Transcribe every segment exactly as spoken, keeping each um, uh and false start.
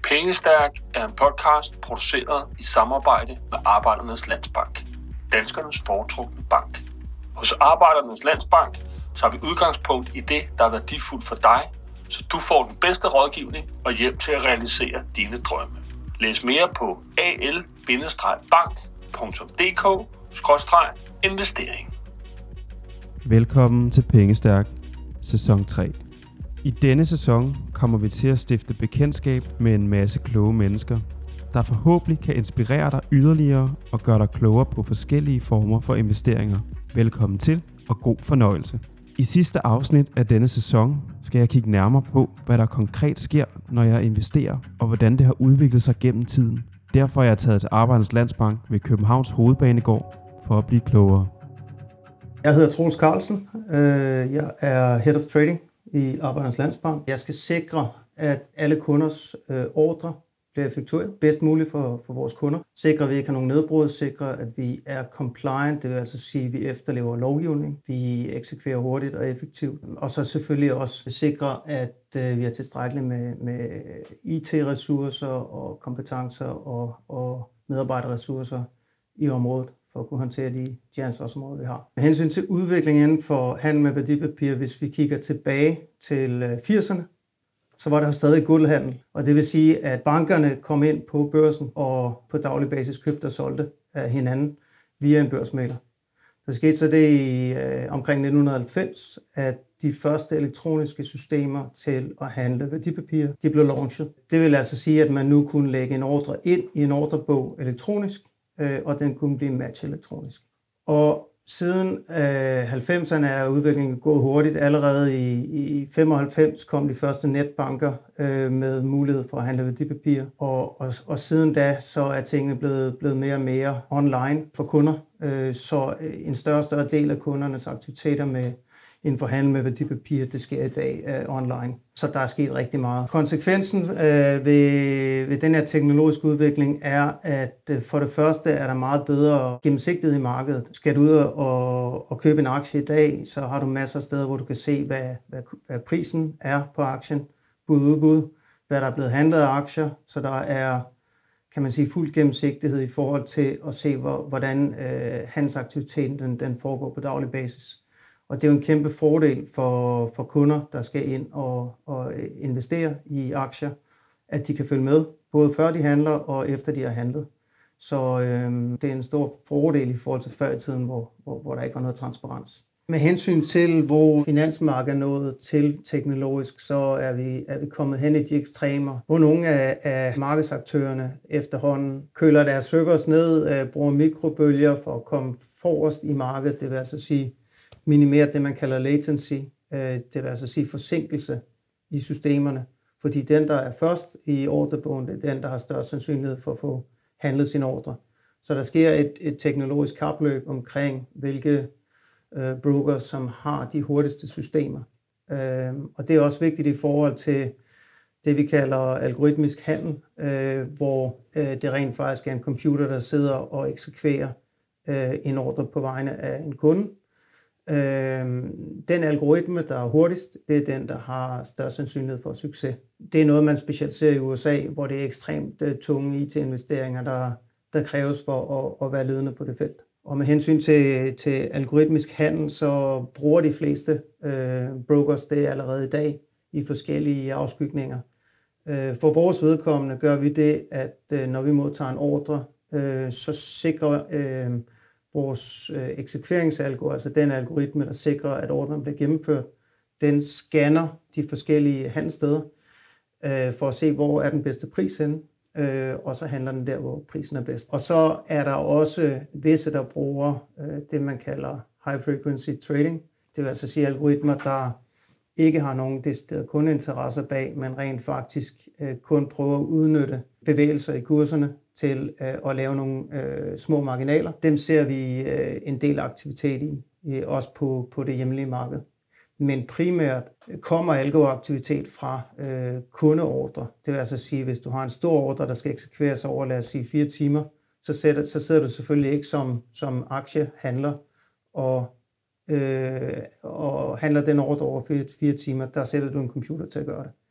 Pengestærk er en podcast produceret i samarbejde med Arbejdernes Landsbank, danskernes foretrukne bank. Hos Arbejdernes Landsbank tager vi udgangspunkt i det, der er værdifuldt for dig, så du får den bedste rådgivning og hjælp til at realisere dine drømme. Læs mere på a l bindestreg bank punktum d k skråstreg investering. Velkommen til Pengestærk, sæson tre. I denne sæson kommer vi til at stifte bekendtskab med en masse kloge mennesker, der forhåbentlig kan inspirere dig yderligere og gøre dig klogere på forskellige former for investeringer. Velkommen til, og god fornøjelse. I sidste afsnit af denne sæson skal jeg kigge nærmere på, hvad der konkret sker, når jeg investerer, og hvordan det har udviklet sig gennem tiden. Derfor er jeg taget til Arbejdernes Landsbank ved Københavns Hovedbanegård for at blive klogere. Jeg hedder Troels Carlsen. Jeg er Head of Trading i Arbejdernes Landsbank. Jeg skal sikre, at alle kunders ordre bliver effektueret bedst muligt for, for vores kunder. Sikre, at vi ikke har nogen nedbrud. Sikre, at vi er compliant. Det vil altså sige, at vi efterlever lovgivning. Vi eksekverer hurtigt og effektivt. Og så selvfølgelig også sikre, at vi har tilstrækkeligt med, med I T-ressourcer og kompetencer og, og medarbejderressourcer i området, for at kunne håndtere de, de ansvarsområder, vi har. Med hensyn til udviklingen inden for handel med værdipapir, hvis vi kigger tilbage til firserne, så var der jo stadig guldhandel. Og det vil sige, at bankerne kom ind på børsen og på daglig basis købte og solgte af hinanden via en børsmægler. Der skete så det i øh, omkring nitten halvfems, at de første elektroniske systemer til at handle værdipapir, de blev launchet. Det vil altså sige, at man nu kunne lægge en ordre ind i en ordrebog elektronisk, og den kunne blive match elektronisk. Og siden øh, halvfemserne er udviklingen gået hurtigt. Allerede i, i femoghalvfems kom de første netbanker øh, med mulighed for at handle værdipapir. Og, og, og siden da så er tingene blevet, blevet mere og mere online for kunder. Øh, så en større og større del af kundernes aktiviteter med inden for handel med værdipapir, det sker i dag øh, online. Så der er sket rigtig meget. Konsekvensen øh, ved, ved den her teknologiske udvikling er, at øh, for det første er der meget bedre gennemsigtighed i markedet. Skal du ud og, og købe en aktie i dag, så har du masser af steder, hvor du kan se, hvad, hvad, hvad prisen er på aktien, bud udbud, hvad der er blevet handlet af aktier, så der er, kan man sige, fuld gennemsigtighed i forhold til at se, hvor, hvordan øh, handelsaktiviteten den, den foregår på daglig basis. Og det er jo en kæmpe fordel for, for kunder, der skal ind og, og investere i aktier, at de kan følge med, både før de handler og efter de har handlet. Så øh, det er en stor fordel i forhold til før i tiden, hvor, hvor, hvor der ikke var noget transparens. Med hensyn til, hvor finansmarkedet er nået til teknologisk, så er vi, er vi kommet hen i de ekstremer, hvor nogle af, af markedsaktørerne efterhånden køler deres servers ned, øh, bruger mikrobølger for at komme forrest i markedet, det vil altså sige, minimere det, man kalder latency, det vil altså sige forsinkelse i systemerne. Fordi den, der er først i ordrebogen, det er den, der har størst sandsynlighed for at få handlet sin ordre. Så der sker et, et teknologisk kapløb omkring, hvilke øh, brokers, som har de hurtigste systemer. Øh, og det er også vigtigt i forhold til det, vi kalder algoritmisk handel, øh, hvor øh, det rent faktisk er en computer, der sidder og eksekverer øh, en ordre på vegne af en kunde. Den algoritme, der er hurtigst, det er den, der har størst sandsynlighed for succes. Det er noget, man specialiserer i U S A, hvor det er ekstremt tunge I T-investeringer, der, der kræves for at, at være ledende på det felt. Og med hensyn til, til algoritmisk handel, så bruger de fleste øh, brokers det allerede i dag i forskellige afskygninger. Øh, for vores vedkommende gør vi det, at øh, når vi modtager en ordre, øh, så sikrer øh, vores øh, eksekveringsalgoritme, altså den algoritme, der sikrer, at ordren bliver gennemført, den scanner de forskellige handelssteder øh, for at se, hvor er den bedste pris henne, øh, og så handler den der, hvor prisen er bedst. Og så er der også visse, der bruger øh, det, man kalder high frequency trading. Det vil altså sige algoritmer, der ikke har nogen deciderede kundeinteresser bag, men rent faktisk øh, kun prøver at udnytte bevægelser i kurserne til øh, at lave nogle øh, små marginaler. Dem ser vi øh, en del aktivitet i, øh, også på, på det hjemlige marked. Men primært kommer algoaktivitet fra øh, kundeordre. Det vil altså sige, hvis du har en stor ordre, der skal eksekveres over, lad os sige, fire timer, så, sætter, så sidder du selvfølgelig ikke som, som aktiehandler og, øh, og handler den ordre over fire, fire timer. Der sætter du en computer til at gøre det.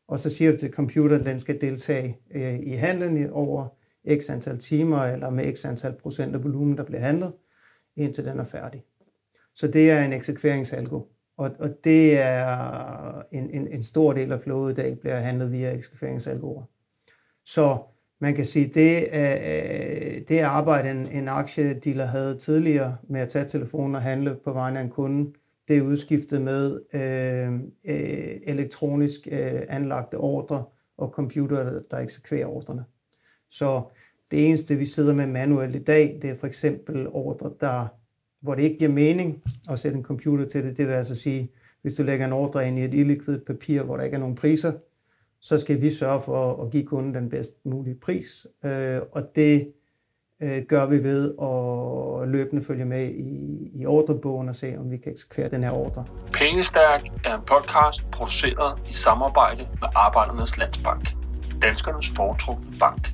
og så siger du til computeren, at den skal deltage øh, i handlen over x antal timer, eller med x antal procent af volumen, der bliver handlet, indtil den er færdig. Så det er en eksekveringsalgo, og, og det er en, en, en stor del af flowet i dag, bliver handlet via eksekveringsalgoer. Så man kan sige, det er det arbejde, en, en aktiedealer havde tidligere med at tage telefonen og handle på vegne af en kunde, det er udskiftet med øh, øh, elektronisk øh, anlagte ordre og computer, der eksekverer ordrene. Så det eneste, vi sidder med manuelt i dag, det er for eksempel ordre, der, hvor det ikke giver mening at sætte en computer til det. Det vil altså sige, hvis du lægger en ordre ind i et illikvidt papir, hvor der ikke er nogen priser, så skal vi sørge for at give kunden den bedst mulige pris. Øh, og det øh, gør vi ved at løbende følge med i, i ordrebogen og se, om vi kan eksekvere den her ordre. Pengestærk er en podcast produceret i samarbejde med Arbejdernes Landsbank, danskernes foretrukne bank.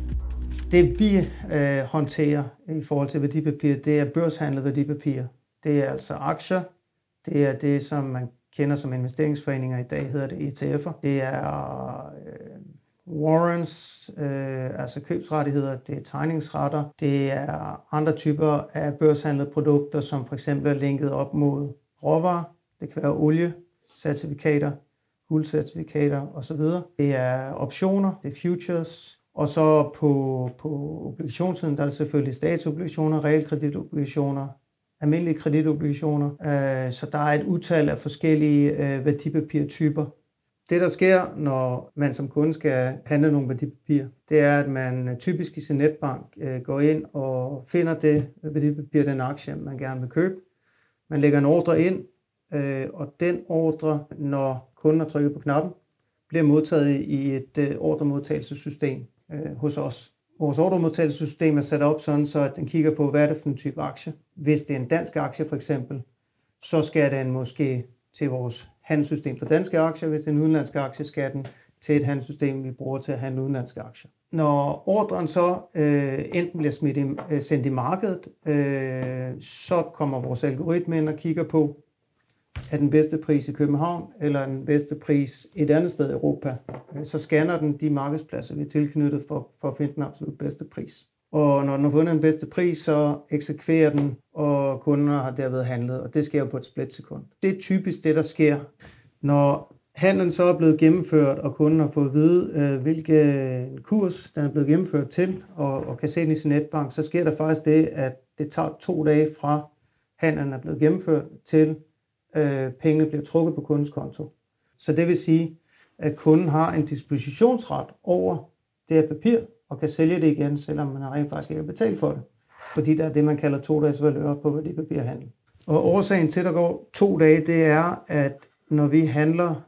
Det vi øh, håndterer i forhold til værdipapirer, det er børshandlede værdipapirer. Det er altså aktier. Det er det, som man kender som investeringsforeninger. I dag hedder det E T F'er. Det er øh, warrants, øh, altså købsrettigheder. Det er tegningsretter. Det er andre typer af børshandlede produkter, som for eksempel er linket op mod råvarer. Det kan være olie, certifikater, guldcertifikater osv. Det er optioner, det er futures. Og så på, på obligationssiden, der er det selvfølgelig statsobligationer, realkreditobligationer, almindelige kreditobligationer. Så der er et utal af forskellige værdipapirtyper. Det, der sker, når man som kunde skal handle nogle værdipapirer, det er, at man typisk i sin netbank går ind og finder det værdipapir, den aktie, man gerne vil købe. Man lægger en ordre ind, og den ordre, når kunden har trykket på knappen, bliver modtaget i et ordremodtagelsessystem hos os. Vores ordremodtagelsessystem er sat op sådan, så at den kigger på, hvad er det for en type aktie. Hvis det er en dansk aktie for eksempel, så skal den måske til vores handelssystem for danske aktier. Hvis det er en udenlandsk aktie, skal den til et handelssystem, vi bruger til at handle udenlandske aktier. Når ordren så øh, enten bliver smidt i, øh, sendt i markedet, øh, så kommer vores algoritme ind og kigger på, er den bedste pris i København, eller den bedste pris et andet sted i Europa. Så scanner den de markedspladser, vi er tilknyttet for, for at finde den absolut bedste pris. Og når den har fundet den bedste pris, så eksekverer den, og kunder har derved handlet, og det sker jo på et splitsekund. Det er typisk det, der sker, når handlen så er blevet gennemført, og kunden har fået at vide, hvilken kurs den er blevet gennemført til, og, og kan se den i sin netbank, så sker der faktisk det, at det tager to dage fra handlen er blevet gennemført til Øh, pengene bliver trukket på kundens konto. Så det vil sige, at kunden har en dispositionsret over det her papir, og kan sælge det igen, selvom man rent faktisk ikke har betalt for det. Fordi der er det, man kalder to dages valør på værdipapirhandel. Og årsagen til, at der går to dage, det er, at når vi handler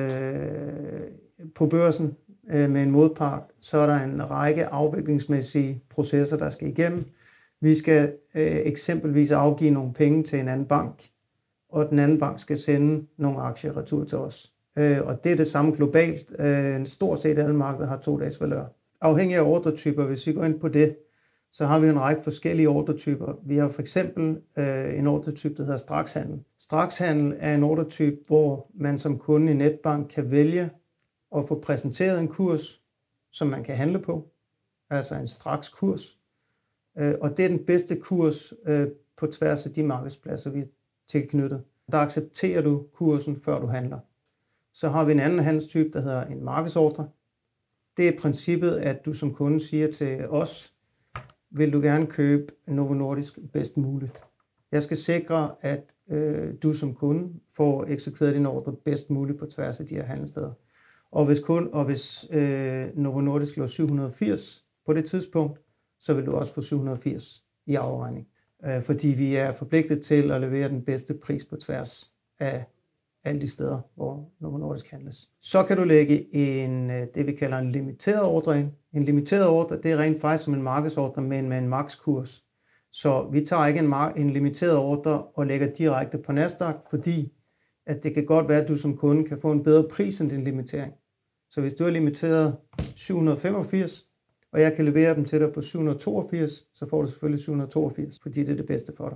øh, på børsen øh, med en modpart, så er der en række afviklingsmæssige processer, der skal igennem. Vi skal øh, eksempelvis afgive nogle penge til en anden bank, og den anden bank skal sende nogle aktier retur til os. Og det er det samme globalt. Stort set alle markeder har to dages valør. Afhængig af ordretyper, hvis vi går ind på det, så har vi en række forskellige ordretyper. Vi har for eksempel en ordretype, der hedder strakshandel. Strakshandel er en ordretype, hvor man som kunde i netbank kan vælge at få præsenteret en kurs, som man kan handle på. Altså en straks kurs. Og det er den bedste kurs på tværs af de markedspladser, vi tilknyttet. Der accepterer du kursen, før du handler. Så har vi en anden handelstype, der hedder en markedsordre. Det er princippet, at du som kunde siger til os, vil du gerne købe Novo Nordisk bedst muligt. Jeg skal sikre, at øh, du som kunde får eksekveret din ordre bedst muligt på tværs af de her handelssteder. Og hvis, kun, og hvis øh, Novo Nordisk lå syv hundrede og firs på det tidspunkt, så vil du også få syv hundrede og firs i afregning. Fordi vi er forpligtet til at levere den bedste pris på tværs af alle de steder, hvor Novo Nordisk handles. Så kan du lægge en, det vi kalder en limiteret ordre ind. En limiteret ordre, det er rent faktisk som en markedsordre, men med en makskurs. Så vi tager ikke en, en limiteret ordre og lægger direkte på Nasdaq, fordi at det kan godt være, at du som kunde kan få en bedre pris end din limitering. Så hvis du er limiteret syv hundrede og femogfirs, og jeg kan levere dem til dig på syv hundrede og toogfirs, så får du selvfølgelig syv hundrede og toogfirs, fordi det er det bedste for dig.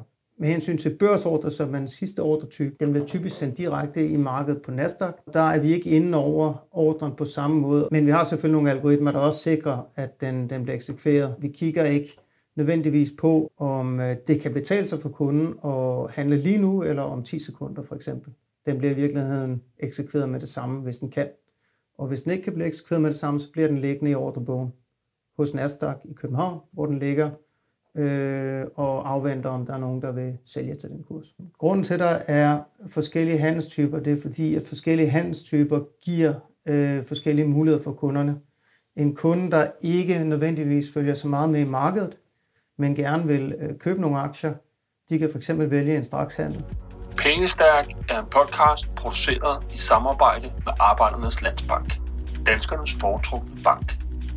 Med hensyn til børsordre, som er den sidste ordretype, den bliver typisk sendt direkte i markedet på Nasdaq. Der er vi ikke inde over ordren på samme måde, men vi har selvfølgelig nogle algoritmer, der også sikrer, at den, den bliver eksekveret. Vi kigger ikke nødvendigvis på, om det kan betale sig for kunden at handle lige nu, eller om ti sekunder for eksempel. Den bliver i virkeligheden eksekveret med det samme, hvis den kan. Og hvis den ikke kan blive eksekveret med det samme, så bliver den liggende i ordrebogen hos Nasdaq i København, hvor den ligger øh, og afventer, om der er nogen, der vil sælge til den kurs. Grunden til, at der er forskellige handelstyper, det er fordi, at forskellige handelstyper giver øh, forskellige muligheder for kunderne. En kunde, der ikke nødvendigvis følger så meget med i markedet, men gerne vil øh, købe nogle aktier, de kan fx vælge en strakshandel. Pengestærk er en podcast produceret i samarbejde med Arbejdernes Landsbank, danskernes foretrukne bank.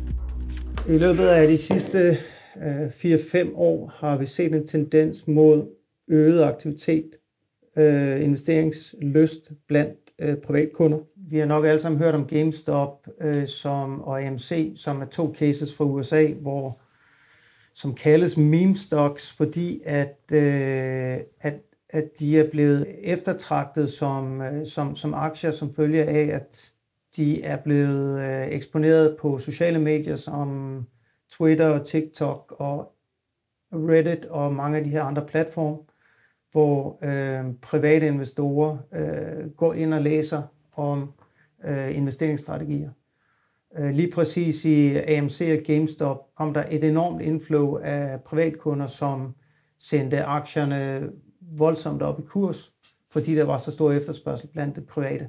I løbet af de sidste øh, fire til fem år har vi set en tendens mod øget aktivitet, øh, investeringslyst blandt øh, privatkunder. Vi har nok alle sammen hørt om GameStop øh, som, og A M C, som er to cases fra U S A, hvor, som kaldes meme stocks, fordi at, øh, at, at de er blevet eftertragtet som, øh, som, som aktier, som følge af, at de er blevet øh, eksponeret på sociale medier som Twitter, TikTok og Reddit og mange af de her andre platforme, hvor øh, private investorer øh, går ind og læser om øh, investeringsstrategier. Øh, lige præcis i A M C og GameStop kom der et enormt inflow af privatkunder, som sendte aktierne voldsomt op i kurs, fordi der var så stor efterspørgsel blandt det private.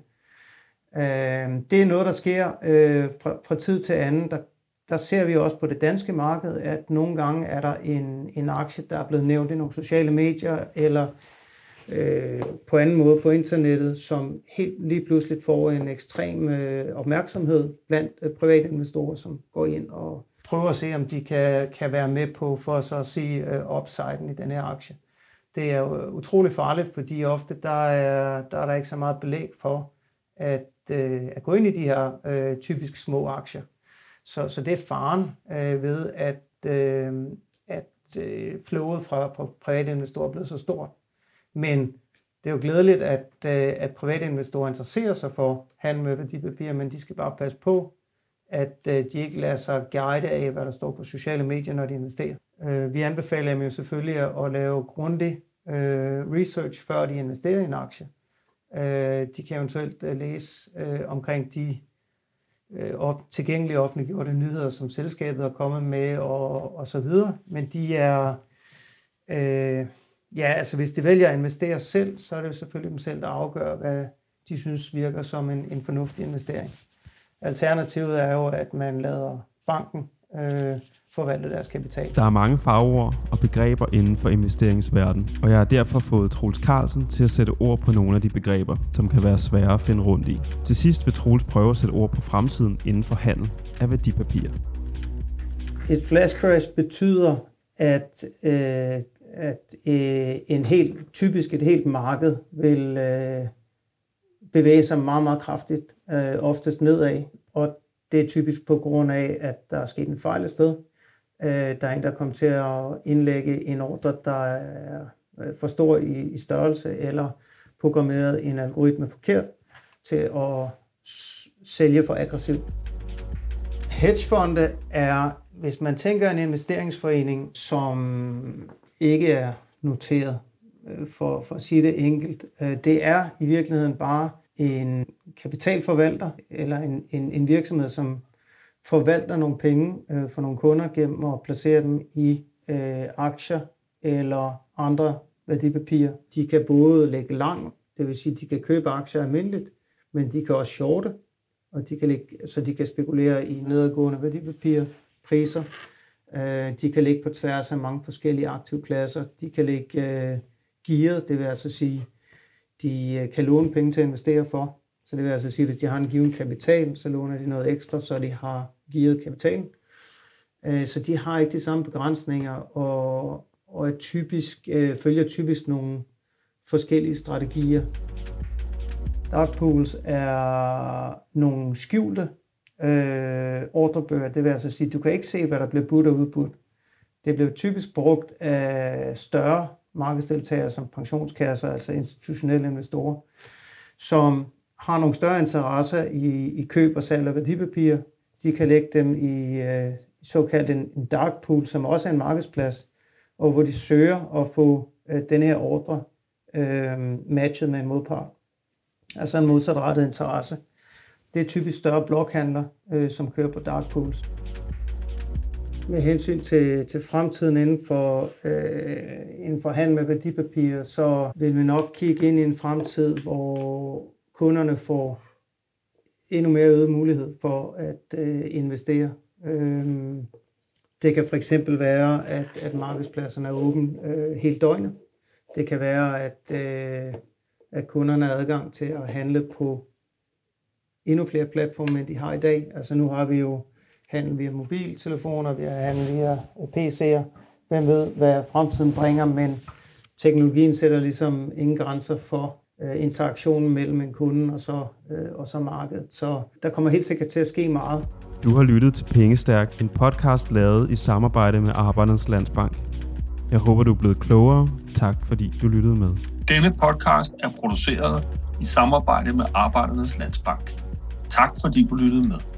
Det er noget, der sker øh, fra, fra tid til anden. Der, der ser vi også på det danske marked, at nogle gange er der en, en aktie, der er blevet nævnt i nogle sociale medier, eller øh, på anden måde på internettet, som helt lige pludselig får en ekstrem øh, opmærksomhed blandt øh, private investorer, som går ind og prøver at se, om de kan, kan være med på, for så at sige, øh, upsiden i den her aktie. Det er jo utrolig farligt, fordi ofte der er, der er der ikke så meget belæg for, at, øh, at gå ind i de her øh, typisk små aktier. Så, så det er faren øh, ved, at, øh, at øh, flowet fra, fra private investorer er blevet så stort. Men det er jo glædeligt, at, øh, at private investorer interesserer sig for handel med værdipapirer, men de skal bare passe på, at øh, de ikke lader sig guide af, hvad der står på sociale medier, når de investerer. Øh, vi anbefaler dem jo selvfølgelig at lave grundig øh, research, før de investerer i en aktie. De kan eventuelt læse øh, omkring de øh, tilgængelige offentliggjorte nyheder, som selskabet er kommet med og, og så videre. Men de er, øh, ja, altså hvis de vælger at investere selv, så er det jo selvfølgelig dem selv, der afgør, hvad de synes virker som en, en fornuftig investering. Alternativet er jo, at man lader banken øh, forvalte deres kapital. Der er mange fagord og begreber inden for investeringsverdenen, og jeg har derfor fået Troels Carlsen til at sætte ord på nogle af de begreber, som kan være svære at finde rundt i. Til sidst vil Troels prøve at sætte ord på fremtiden inden for handel af værdipapirer. Et flash crash betyder, at, øh, at øh, en helt, typisk et helt marked vil øh, bevæge sig meget, meget kraftigt, øh, oftest nedad, og det er typisk på grund af, at der er sket en fejl et sted. Der er en, der kommer til at indlægge en ordre, der er for stor i, i størrelse, eller programmeret en algoritme forkert til at sælge for aggressivt. Hedgefonde er, hvis man tænker en investeringsforening, som ikke er noteret, for, for at sige det enkelt, det er i virkeligheden bare en kapitalforvalter, eller en, en, en virksomhed, som forvalter nogle penge øh, for nogle kunder gennem at placere dem i øh, aktier eller andre værdipapirer. De kan både lægge lang, det vil sige, at de kan købe aktier almindeligt, men de kan også shorte, og de kan lægge, så de kan spekulere i nedadgående værdipapirpriser. Øh, de kan ligge på tværs af mange forskellige aktivklasser. De kan ligge øh, gearet, det vil altså sige, de kan låne penge til at investere for. Så det vil altså sige, at hvis de har en given kapital, så låner de noget ekstra, så de har givet kapitalen. Så de har ikke de samme begrænsninger, og, og er typisk, følger typisk nogle forskellige strategier. Dark pools er nogle skjulte øh, ordrebøger. Det vil altså sige, at du kan ikke se, hvad der bliver budt og udbudt. Det bliver typisk brugt af større markedsdeltagere som pensionskasser, altså institutionelle investorer, som har nogle større interesser i, i køb og salg af værdipapirer. De kan lægge dem i øh, såkaldt en, en dark pool, som også er en markedsplads, og hvor de søger at få øh, den her ordre øh, matchet med en modpart. Altså en modsatrettet interesse. Det er typisk større blokhandler, øh, som kører på dark pools. Med hensyn til, til fremtiden inden for, øh, inden for handel med værdipapirer, så vil vi nok kigge ind i en fremtid, hvor kunderne får endnu mere øget mulighed for at øh, investere. Øh, det kan for eksempel være, at, at markedspladserne er åbne øh, hele døgnet. Det kan være, at, øh, at kunderne har adgang til at handle på endnu flere platforme, end de har i dag. Altså nu har vi jo handel via mobiltelefoner, vi har handel via P C'er. Hvem ved, hvad fremtiden bringer, men teknologien sætter ligesom ingen grænser for øh, interaktionen mellem en kunde og så, øh, og så markedet. Så der kommer helt sikkert til at ske meget. Du har lyttet til Pengestærk, en podcast lavet i samarbejde med Arbejdernes Landsbank. Jeg håber, du er blevet klogere. Tak fordi du lyttede med. Denne podcast er produceret i samarbejde med Arbejdernes Landsbank. Tak fordi du lyttede med.